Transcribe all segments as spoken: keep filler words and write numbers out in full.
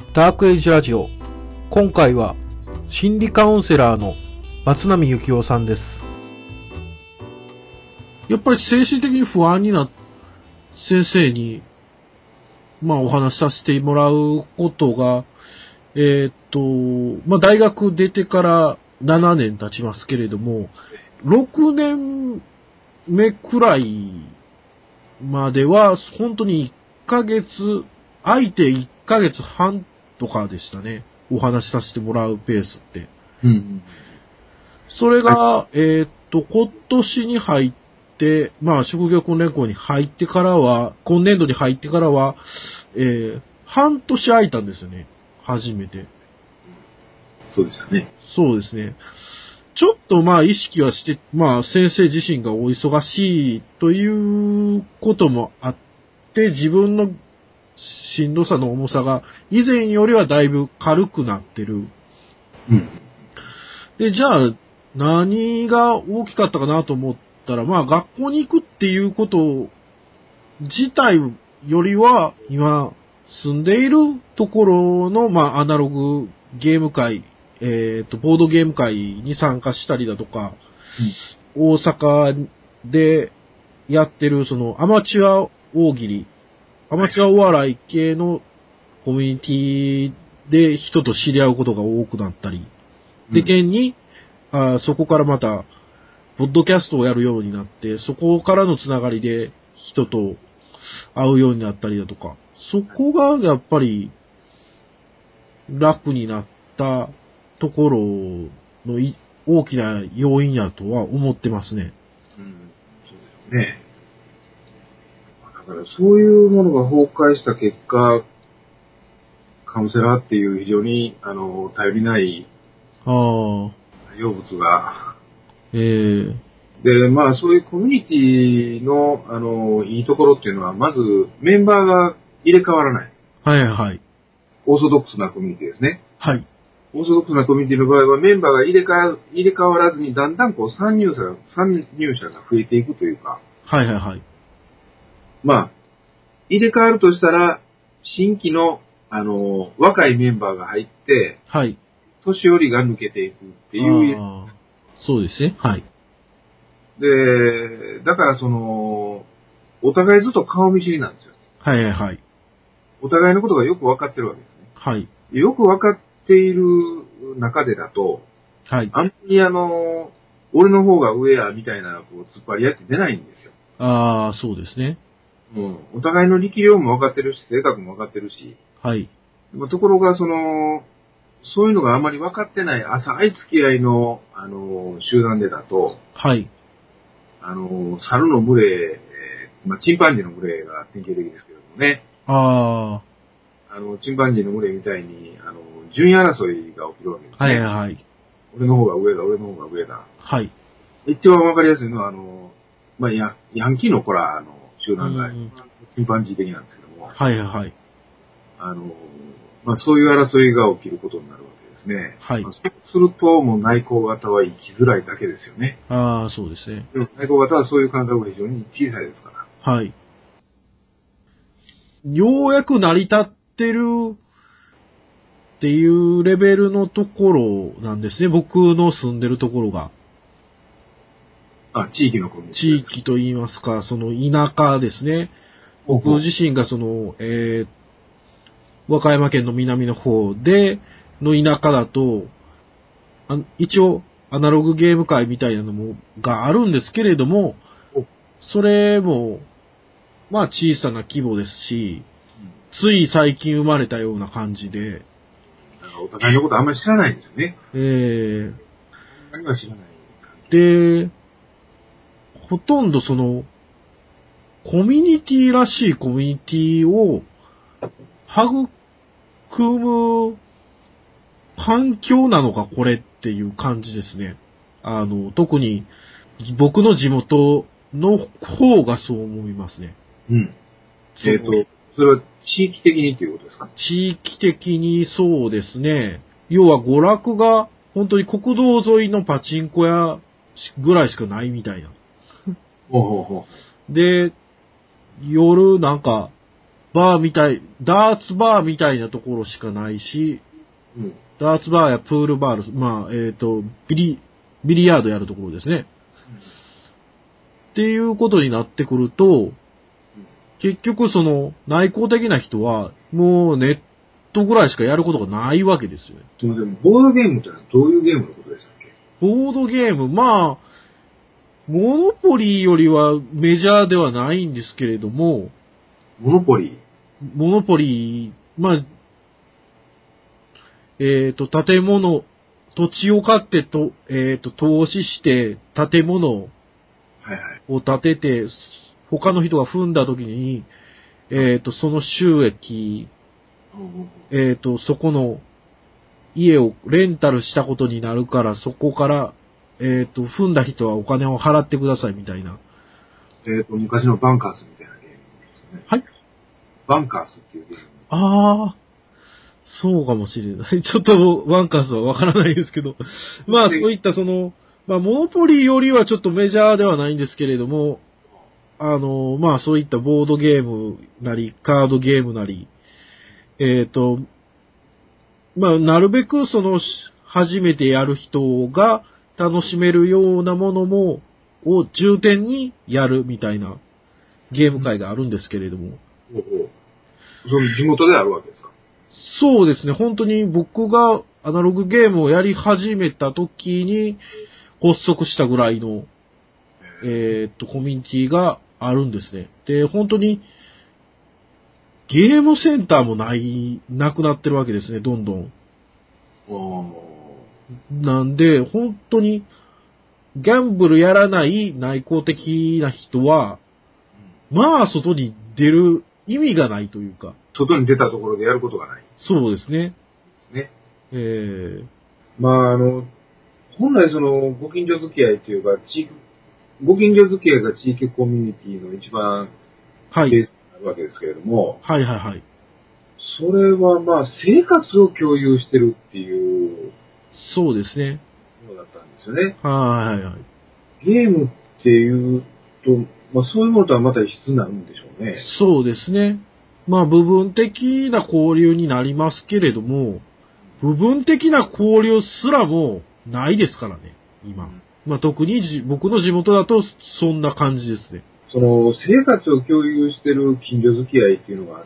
ダークエイジラジオ。今回は心理カウンセラーの松並幸雄さんです。 やっぱり精神的に不安になっ先生にまあお話しさせてもらうことがえー、っとまあ大学出てからななねん経ちますけれども、ろくねんめくらいまでは本当にいっかげつ空いていっかげつはんとかでしたね。お話しさせてもらうペースって。 うんうん、 それが、はい、えー、っと、今年に入って、まあ、職業訓練校に入ってからは、今年度に入ってからは、えー、半年空いたんですよね。初めて。 そうでしたね。 そうですね。ちょっとまあ意識はして、まあ先生自身がお忙しいということもあって、自分のしんどさの重さが以前よりはだいぶ軽くなってる。 うん。 で、じゃあ何が大きかったかなと思ったら、まあ学校に行くっていうこと自体よりは、今住んでいるところの、まあアナログゲーム会、えっと、ボードゲーム会に参加したりだとか、うん、大阪でやってるそのアマチュア大喜利、アマチュアお笑い系のコミュニティで人と知り合うことが多くなったり、で、現に、あそこからまた、ポッドキャストをやるようになって、そこからのつながりで人と会うようになったりだとか、そこがやっぱり楽になったところの大きな要因やとは思ってますね。 うん、そうですね。だからそういうものが崩壊した結果、カウンセラーっていう非常にあの頼りない養物が、 えー、 で、まあそういうコミュニティのあのいいところっていうのは、まずメンバーが入れ替わらない。 はいはい。 オーソドックスなコミュニティですね。 はい。 オーソドックスなコミュニティの場合はメンバーが入れ替わ入れ替わらずにだんだんこう参入者が、参入者が増えていくというか。 はいはいはい。 まあ、入れ替わるとしたら、新規の、あの、若いメンバーが入って、 はい。 年寄りが抜けていくっていう。 あそうですね。はい。 で、だからその、お互いずっと顔見知りなんですよ。 はいはいはい。 お互いのことがよく分かってるわけですね。 はい。 よく分かっている中でだと、 はい。 あんまりあの、俺の方が上やみたいな、こう、突っ張り合って出ないんですよ。 ああ、そうですね。 うん。お互いの力量も分かってるし、性格も分かってるし。 はい。 ところが、その、そういうのがあまり分かってない浅い付き合いの、あの、集団でだと、 はい。 あの、猿の群れ、まあ、チンパンジーの群れが典型的ですけれどもね。 ああ。あの、チンパンジーの群れみたいに、あの、順位争いが起きるわけですね。 はいはい。 俺の方が上だ、俺の方が上だ。 はい。 一番分かりやすいのは、あの、まあ、ヤヤンキーの子らの集団が、チンパンジー的なんですけども。 はいはい。 あの、まあ、そういう争いが起きることになるわけですね。 はい。 まあ、そうすると、もう内向型は生きづらいだけですよね。 ああ、そうですね。 内向型はそういう感覚が非常に小さいですから。 はい。ようやく成り立ってるっていうレベルのところなんですね。僕の住んでるところが。 あ、地域のコミュニティ。 地域といいますか、その田舎ですね。僕自身がその、えー、和歌山県の南の方で、の田舎だと、あ一応、アナログゲーム会みたいなのも、があるんですけれども、それも、まあ小さな規模ですし、うん、つい最近生まれたような感じで、 なんかお互いのことあんまり知らないんですよね。 ええー。 何は知らない。 で、ほとんどその、コミュニティらしいコミュニティを育む環境なのかこれっていう感じですね。あの、特に僕の地元の方がそう思いますね。 うん。えっと、それは地域的にっていうことですか？ 地域的にそうですね。要は娯楽が本当に国道沿いのパチンコ屋ぐらいしかないみたいな。 ほうほうほう。 で、夜なんかバーみたい、ダーツバーみたいなところしかないし、 うん。 ダーツバーやプールバール、まあ、えっ、と、ビリ、ビリヤードやるところですね。っていうことになってくると、結局その内向的な人は、もうネットぐらいしかやることがないわけですよね。 すみません、ボードゲームってのはどういうゲームのことでしたっけ？ ボードゲーム、まあ、モノポリーよりはメジャーではないんですけれども、 モノポリー。 モノポリー、まあ、えっ、と、建物、土地を買ってと、えっ、と、投資して建物はいはい。 を建てて、他の人が踏んだ時に、えっ、と、その収益、えっ、と、そこの家をレンタルしたことになるから、そこから、えっ、と、踏んだ人はお金を払ってくださいみたいな。 えっ、と、昔のバンカースみたいなゲームですね。 はい。 バンカースっていうゲーム。 ああ、そうかもしれない。ちょっとワンカースはわからないですけど。まあ、そういったその、まあ、モノポリーよりはちょっとメジャーではないんですけれども、あの、まあ、そういったボードゲームなり、カードゲームなり、えっ、と、まあ、なるべくその、初めてやる人が楽しめるようなものも、を重点にやるみたいなゲーム会があるんですけれども。 ほうほう。その地元であるわけですか？ そうですね、本当に僕がアナログゲームをやり始めた時に発足したぐらいの、えーっと、コミュニティがあるんですね。で、本当にゲームセンターもない、なくなってるわけですね、どんどん。なんで、本当に、ギャンブルやらない内向的な人は、まあ、外に出る意味がないというか。 外に出たところでやることがない。 そうですね。 ですね。 えー、 まあ、あの、本来その、ご近所付き合いというか、地域、ご近所付き合いが地域コミュニティの一番はい。 ベースになるわけですけれども、 はいはいはい。 それはまあ、生活を共有してるっていうそうですね。 ものだったんですよね。 はいはいはい。 ゲームっていうと、まあそういうものとはまた異質になるんでしょうね。 そうですね。まあ、部分的な交流になりますけれども、部分的な交流すらもないですからね、今。まあ、特にじ僕の地元だとそんな感じですね。 その、生活を共有してる近所付き合いっていうのがあって、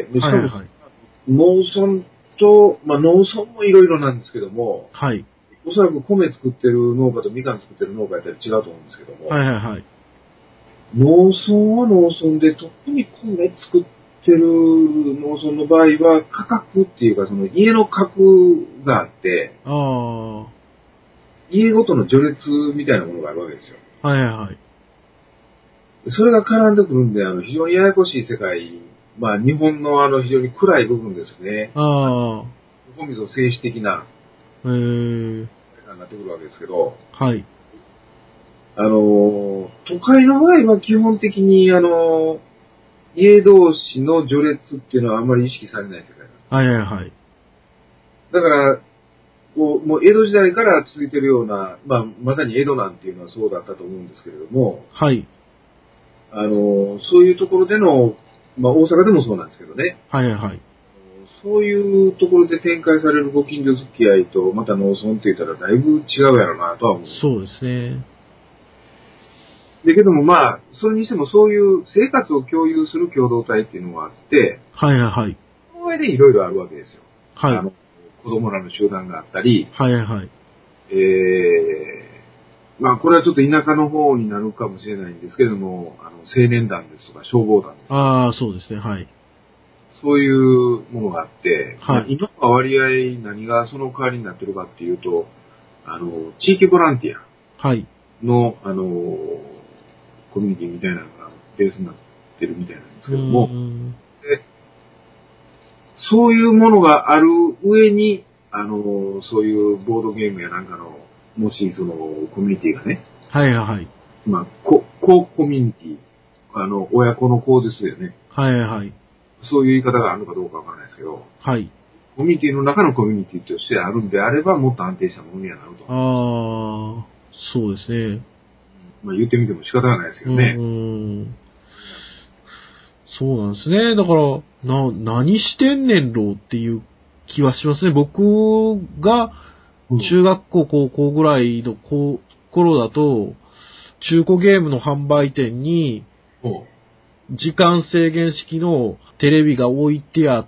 でしかも、 はいはいはい。 農村と、まあ農村もいろいろなんですけども、 はい。 おそらく米作ってる農家とみかん作ってる農家やったら違うと思うんですけども、 はいはいはい。 農村は農村で特に米作ってる農村の場合は価格っていうかその家の格があって、 ああ。は家ごとの序列みたいなものがあるわけですよ。 いはいはい。 それが絡んでくるんで、あの、非常にややこしい世界、まあ日本のあの非常に暗い部分ですね。 ああ。 横溝政治的な、 えー。 になってくるわけですけど、 はい。 あの、都会の場合は基本的にあの、家同士の序列っていうのはあんまり意識されない世界なんです。 はいはいはい。 だから、こう、もう江戸時代から続いているような、まあ、まさに江戸なんていうのはそうだったと思うんですけれども、 はい。 あの、そういうところでの、まあ、大阪でもそうなんですけどね、 はいはいはい。 そういうところで展開されるご近所付き合いと、また農村って言ったらだいぶ違うやろうなとは思う。 そうですね。 だけどもまあ、それにしてもそういう生活を共有する共同体っていうのがあって、 はいはいはい。 その上でいろいろあるわけですよ。 はい。 あの、子供らの集団があったり、 はいはいはい。 えー、まあこれはちょっと田舎の方になるかもしれないんですけれども、あの、青年団ですとか消防団ですとか、 ああ、そうですね。はい。 そういうものがあって、 はいまあ、今は割合何がその代わりになってるかっていうと、あの、地域ボランティアはい。 の、あの、コミュニティみたいなのがベースになってるみたいなんですうーけども、 ん。 でそういうものがある上に、あの、そういうボードゲームやなんかの、もしそのコミュニティがね、 はいはいはい。 まあ、コ、ココミュニティ、あの、親子の子ですよね。 はいはいはい。 そういう言い方があるのかどうかわからないですけど、 はい。 コミュニティの中のコミュニティとしてあるんであれば、もっと安定したものにはなると。 ああ、そうですね。 まあ言ってみても仕方がないですけうーどね。 ん。 そうなんですね。だから、な、何してんねんろうっていう気はしますね。僕が中学校、高校ぐらいの頃だと、中古ゲームの販売店に、時間制限式のテレビが置いてあって、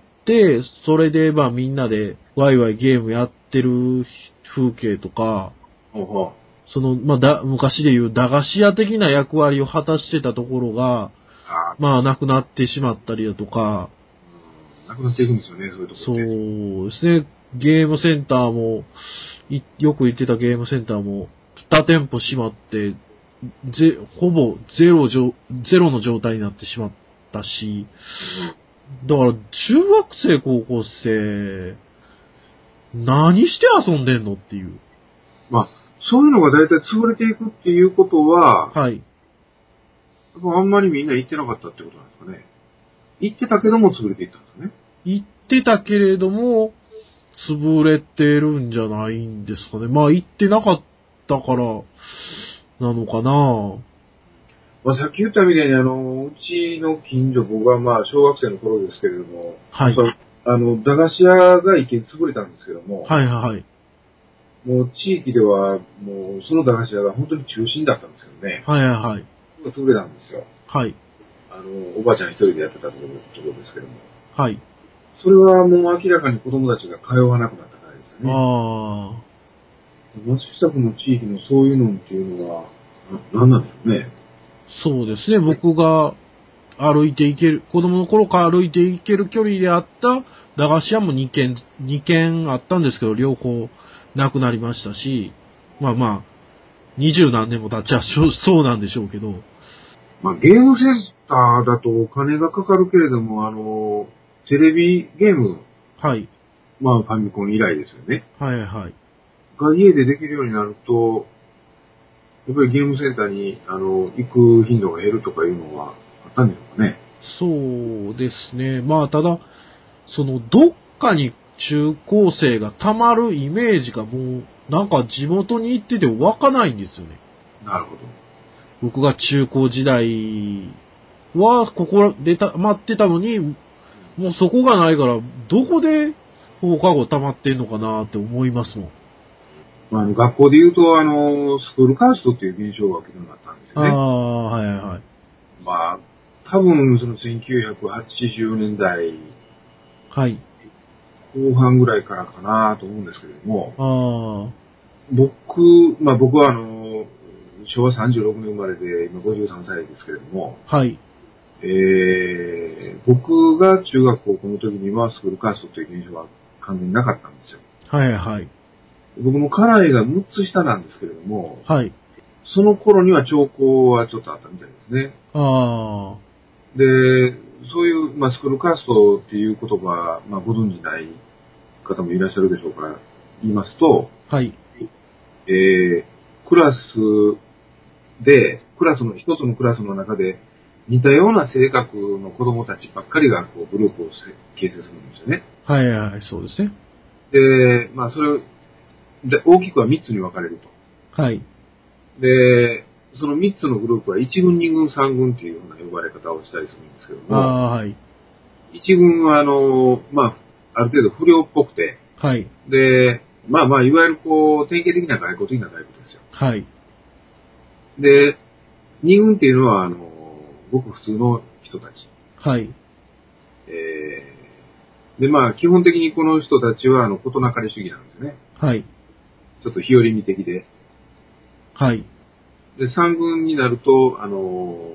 それでまあみんなでワイワイゲームやってる風景とか、その、まあだ、昔でいう駄菓子屋的な役割を果たしてたところが、まあなくなってしまったりだとか、 なくなっていくんですよね、そういうところって。 そうですね、ゲームセンターも、よく行ってたゲームセンターも、に店舗閉まって、ぜ、ほぼゼロじょ、ゼロの状態になってしまったし、だから中学生、高校生、何して遊んでんのっていう。 まあ、そういうのが大体潰れていくっていうことは、 はい。 あんまりみんな行ってなかったってことなんですかね。行ってたけども潰れていったんですね。 行ってたけれども、潰れてるんじゃないんですかね。まあ行ってなかったから、なのかな。 まあさっき言ったみたいにあの、うちの近所、僕はまあ小学生の頃ですけれども、 はい。 あの、駄菓子屋が一見潰れたんですけども、 はいはい。 もう地域ではもうその駄菓子屋が本当に中心だったんですけどね。 はいはい。 潰れたんですよ。 はい。 あの、おばあちゃん一人でやってたところところですけども。 はい。 それはもう明らかに子供たちが通わなくなったからですよね。 ああ。 松下区の地域のそういうのっていうのは、何なんでしょうね。 そうですね。僕が歩いていける、子供の頃から歩いていける距離であった駄菓子屋もに軒、に軒あったんですけど、両方なくなりましたし、まあまあ、二十何年も経っちゃそうなんでしょうけど。 まあ、ゲームセンターだとお金がかかるけれども、あの、テレビゲーム、 はい。 まあ、ファミコン以来ですよね。 はいはい。 が家でできるようになると、やっぱりゲームセンターに、あの、行く頻度が減るとかいうのはあったんでしょうかね。 そうですね。まあ、ただ、その、どっかに中高生が溜まるイメージがもう、なんか地元に行ってて湧かないんですよね。 なるほど。 僕が中高時代は、ここで溜まってたのに、もうそこがないから、どこで放課後溜まってんのかなって思いますもん。 まあ、あの学校で言うと、あの、スクールカーストっていう現象が起きるようになったんですよね。 ああ、はいはい。 まあ、多分そのせんきゅうひゃくはちじゅうねんだいはい。 後半ぐらいからかなと思うんですけれども、 あ僕、まあ僕はあの、しょうわさんじゅうろくねん生まれで今ごじゅうさんさいですけれども、 あ、はい。 えー、僕が中学高校の時にはスクールカーストという現象は完全になかったんですよ。 はいはい。 僕の家内がむっつ下なんですけれども、 はい。 その頃には兆候はちょっとあったみたいですね。 あで、そういう、まあ、スクールカーストっていう言葉、まあ、ご存じない方もいらっしゃるでしょうから、言いますと、 あ、はい。 えー、クラスで、クラスの、一つのクラスの中で、似たような性格の子供たちばっかりが、こう、グループを形成するんですよね。 はいはい、そうですね。 で、まあ、それを、で大きくはみっつに分かれると。 はい。 で、そのみっつのグループは、いち軍、に軍、さん軍っていうような呼ばれ方をしたりするんですけども、 ああ、はい。 いち軍は、あの、まあ、ある程度不良っぽくて、 はい。 で、まあまあ、いわゆるこう、典型的な外交的なタイプですよ。 はい。 で、に軍っていうのは、あの、ごく普通の人たち。 はい。 えー、で、まあ、基本的にこの人たちは、あの、事なかれ主義なんですね。 はい。 ちょっと日和見的で。 はい。 で、さん軍になると、あの、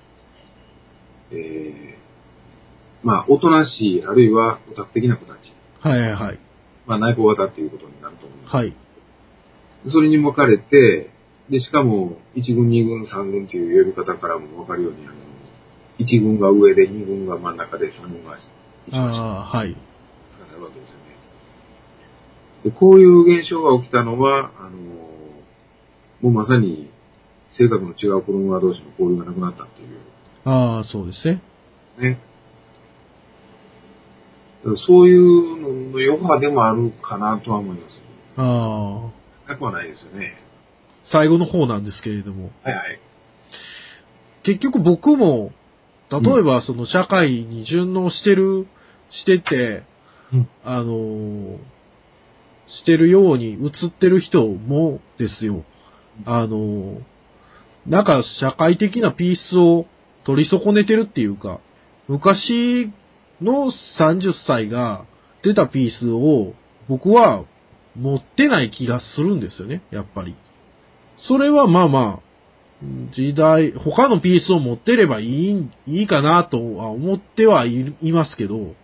えー、まあ、おとなしい、あるいはオタク的な子たち。 はいはい。 まあ、内向型っていうことになると思います。 はい。 それに分かれて、で、しかも、いち軍、に軍、さん軍という呼び方からも分かるように、あの、いち軍が上で、に軍が真ん中で、さん軍が一番下。 ああ、はい。 なるわけですよね。で、こういう現象が起きたのは、あの、もうまさに、性格の違う子供同士の交流がなくなったっていう。 ああ、そうですね。 ね。そういうのの余波でもあるかなとは思います。 ああ。 なくはないですよね。 最後の方なんですけれども。 はいはい。 結局僕も、 例えばその社会に順応してる、してて、 うん、 あのー、してるように映ってる人もですよ。あのー、なんか社会的なピースを取り損ねてるっていうか、昔のさんじゅっさいが出たピースを僕は持ってない気がするんですよね、やっぱり。それはまあまあ、時代、他のピースを持ってればいい、いいかなとは思ってはいいますけど、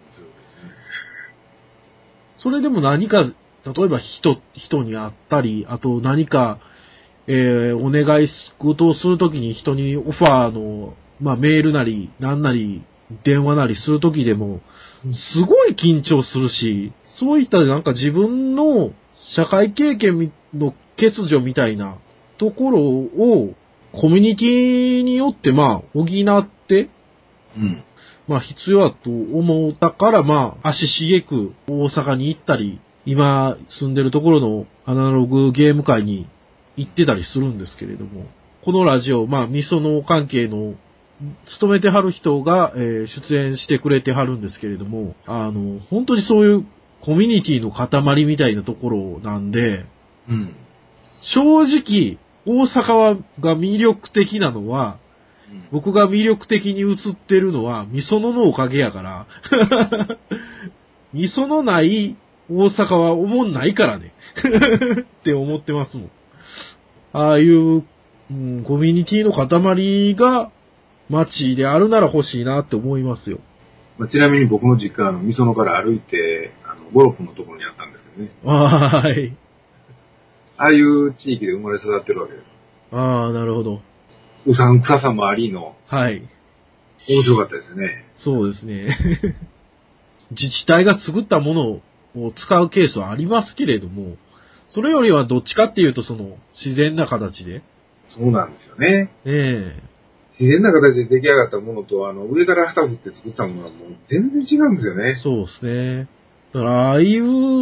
それでも何か、例えば人、人に会ったり、あと何か、えー、お願い事をするときに人にオファーの、まあメールなり、なんなり、電話なりするときでも、すごい緊張するし、そういったなんか自分の社会経験の欠如みたいなところをコミュニティによってまあ補って、 うん、 まあ必要だと思ったからまあ足しげく大阪に行ったり、今住んでるところのアナログゲーム会に行ってたりするんですけれども、このラジオ、まあ味噌の関係の勤めてはる人が、えー出演してくれてはるんですけれども、あの、本当にそういうコミュニティの塊みたいなところなんで、 うん、 正直、大阪はが魅力的なのは、僕が魅力的に映ってるのは、みそののおかげやから、みそのない大阪はおもんないからね。って思ってますもん。ああいう、うん、コミュニティの塊が街であるなら欲しいなって思いますよ。 まあ、ちなみに僕の実家はあの、みそのから歩いて、あの、ご、ろっぷんのところにあったんですけどね。 はい。 ああいう地域で生まれ育ってるわけです。 ああ、なるほど。 うさんくささもありの、 はい。 面白かったですよね。 そうですね。自治体が作ったものを使うケースはありますけれども、それよりはどっちかっていうとその自然な形で、 そうなんですよね。 ええ自然な形で出来上がったものと、あの、上から旗振って作ったものはもう全然違うんですよね。 そうですね。だから、ああいう、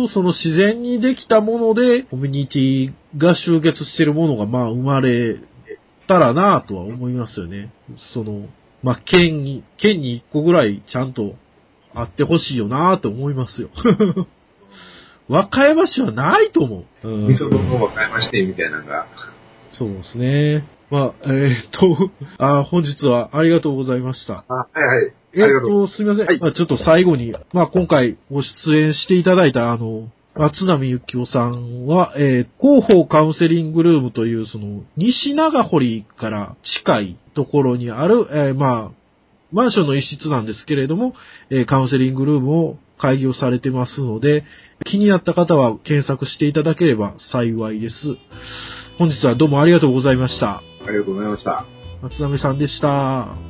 その自然にできたもので、コミュニティが集結してるものが、まあ、生まれたらなとは思いますよね。その、まあ、県に、県に一個ぐらいちゃんとあってほしいよなと思いますよ。和歌山市はないと思う。うん味噌の和歌山支店みたいなのが。 そうですね。まあ、えーっと、あ、本日はありがとうございました。 あ、はいはい。あえりがとう。 っと、すみません。 はいまあ、ちょっと最後に、まあ、今回ご出演していただいた、あの、松並幸夫さんは、えー広報カウンセリングルームという、その、西長堀から近いところにある、えーまあ、マンションの一室なんですけれども、えーカウンセリングルームを開業されてますので、気になった方は検索していただければ幸いです。本日はどうもありがとうございました。 ありがとうございました。 松並さんでした。